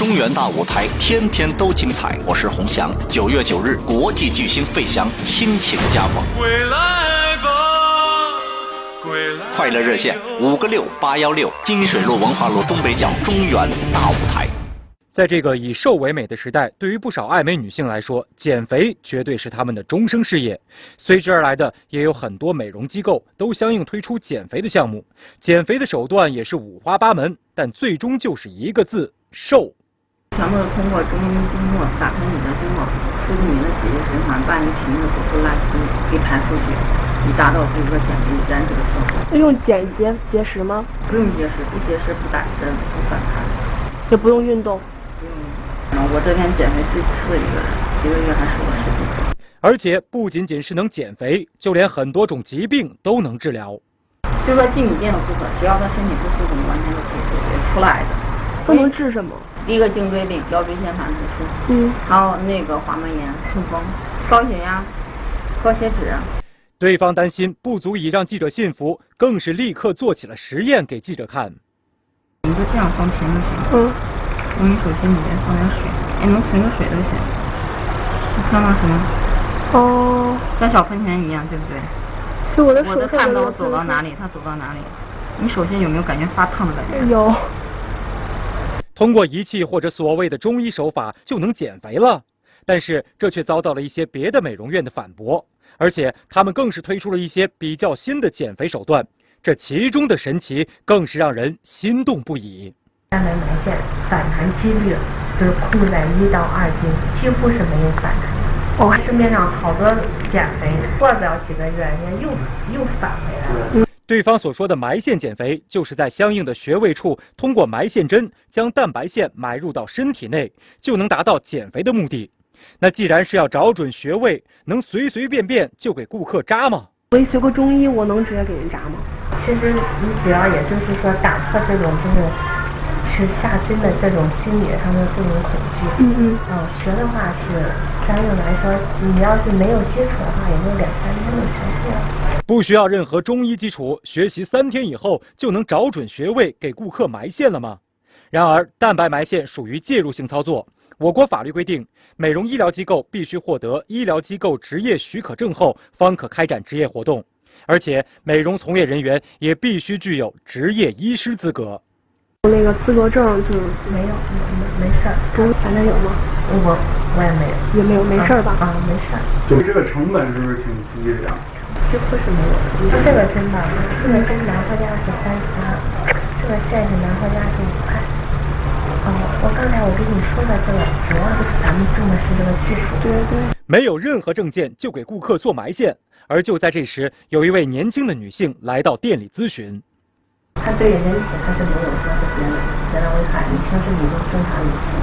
中原大舞台，天天都精彩。我是洪翔。9月9日，国际巨星费翔倾情加盟。归来吧，归来。快乐热线5个6 816，金水路文化路东北角中原大舞台。 在这个以瘦为美的时代，对于不少爱美女性来说，减肥绝对是她们的终生事业。随之而来的，也有很多美容机构都相应推出减肥的项目。减肥的手段也是五花八门，但最终就是一个字：瘦。 全部通过中医经络打开你的经络，促进你的血液循环，把你体内的毒素、垃圾给排出去，以达到这个减肥燃脂的效果。 用节食吗？ 不用节食，不节食，不打针，不反弹， 也不用运动。 我这边减肥最次的一个月还瘦了10斤。 而且不仅仅是能减肥，就连很多种疾病都能治疗。 就是说进你店的顾客，只要他身体不舒服，完全都可以解决出来的。 都能治什么？ 第一个颈椎病、腰椎间盘突出，还有那个滑膜炎、痛风、高血压、高血脂。 对方担心不足以让记者信服，更是立刻做起了实验给记者看。 你就这样放平就行。你手心里面放点水，能存个水都行。你看到什么？哦，像小喷泉一样，对不对？ 是我的手。 我就看到我走到哪里，他走到哪里。你手心有没有感觉发烫的感觉？ 有。 通过仪器或者所谓的中医手法就能减肥了，但是这却遭到了一些别的美容院的反驳，而且他们更是推出了一些比较新的减肥手段，这其中的神奇更是让人心动不已。 蛋白埋线反弹几率就是控制在1到2斤，几乎是没有反弹。市面上好多减肥过不了几个月，人家又返回来了。 对方所说的埋线减肥，就是在相应的穴位处通过埋线针将蛋白线埋入到身体内，就能达到减肥的目的。那既然是要找准穴位，能随随便便就给顾客扎吗？ 我一学过中医，我能直接给人扎吗？ 其实你只要也就是说打破这种是下针的这种心理上的这种恐惧。学的话是相应来说，你要是没有基础的话，也就2-3天就学会了。 不需要任何中医基础，学习3天以后就能找准穴位给顾客埋线了吗？然而，蛋白埋线属于介入性操作。我国法律规定，美容医疗机构必须获得医疗机构执业许可证后，方可开展执业活动，而且美容从业人员也必须具有执业医师资格。 那个资格证就没有，没事儿。 反正有吗？ 我也没有。 也没有，没事吧？ 没事儿。 就这个成本是不是挺低的呀？ 几乎是没有的。这个针吧，这个针拿回家是32，这个线是拿回家是5块。我刚才我跟你说的这个，主要就是咱们用的是这个技术。 对。 没有任何证件就给顾客做埋线，而就在这时，有一位年轻的女性来到店里咨询。 他对人体他是没有说是别人危害，你平时你就正常饮食。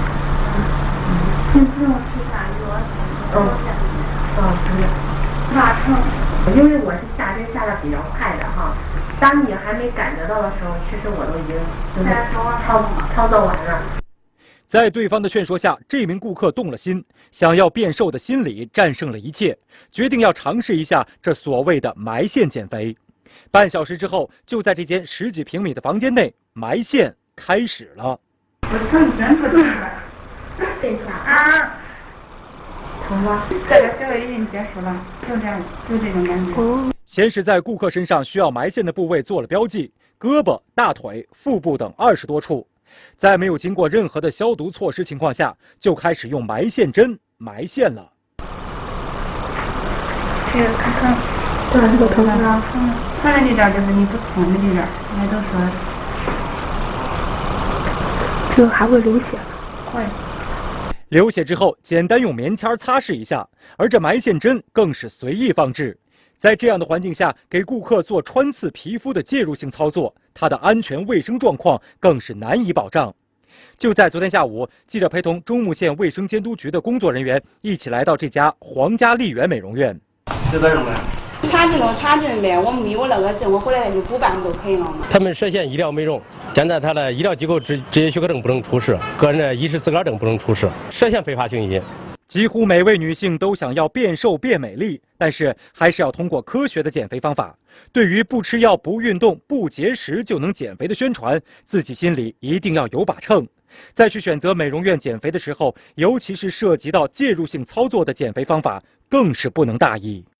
不用吃啥药？ 不用。 哪成？ 因为我是下针下的比较快的哈，当你还没感觉到的时候，其实我都已经就是操作完了。 在对方的劝说下，这名顾客动了心，想要变瘦的心理战胜了一切，决定要尝试一下这所谓的埋线减肥。半小时之后，就在这间10几平米的房间内，埋线开始了。 我挣钱可厉害。 这下疼吗？ 这个穴位已经结束了，就这种感觉。 先是在顾客身上需要埋线的部位做了标记，胳膊、大腿、腹部等20多处，在没有经过任何的消毒措施情况下，就开始用埋线针埋线了。 这个看。 这个疼吗？ 疼的地点就是你不疼的地点，人家都说。 这还会流血？ 会。 流血之后，简单用棉签擦拭一下，而这埋线针更是随意放置。在这样的环境下，给顾客做穿刺皮肤的介入性操作，它的安全卫生状况更是难以保障。就在昨天下午，记者陪同中牟县卫生监督局的工作人员一起来到这家皇家丽园美容院。 这在用的。 查证呗，我们没有那个证，我回来就补办就可以了嘛。 他们实现医疗美容，现在他的医疗机构执业许可证不能出示，个人的医师资格证不能出示，涉嫌非法行医。 几乎每位女性都想要变瘦变美丽，但是还是要通过科学的减肥方法。对于不吃药、不运动、不节食就能减肥的宣传，自己心里一定要有把秤。再去选择美容院减肥的时候，尤其是涉及到介入性操作的减肥方法，更是不能大意。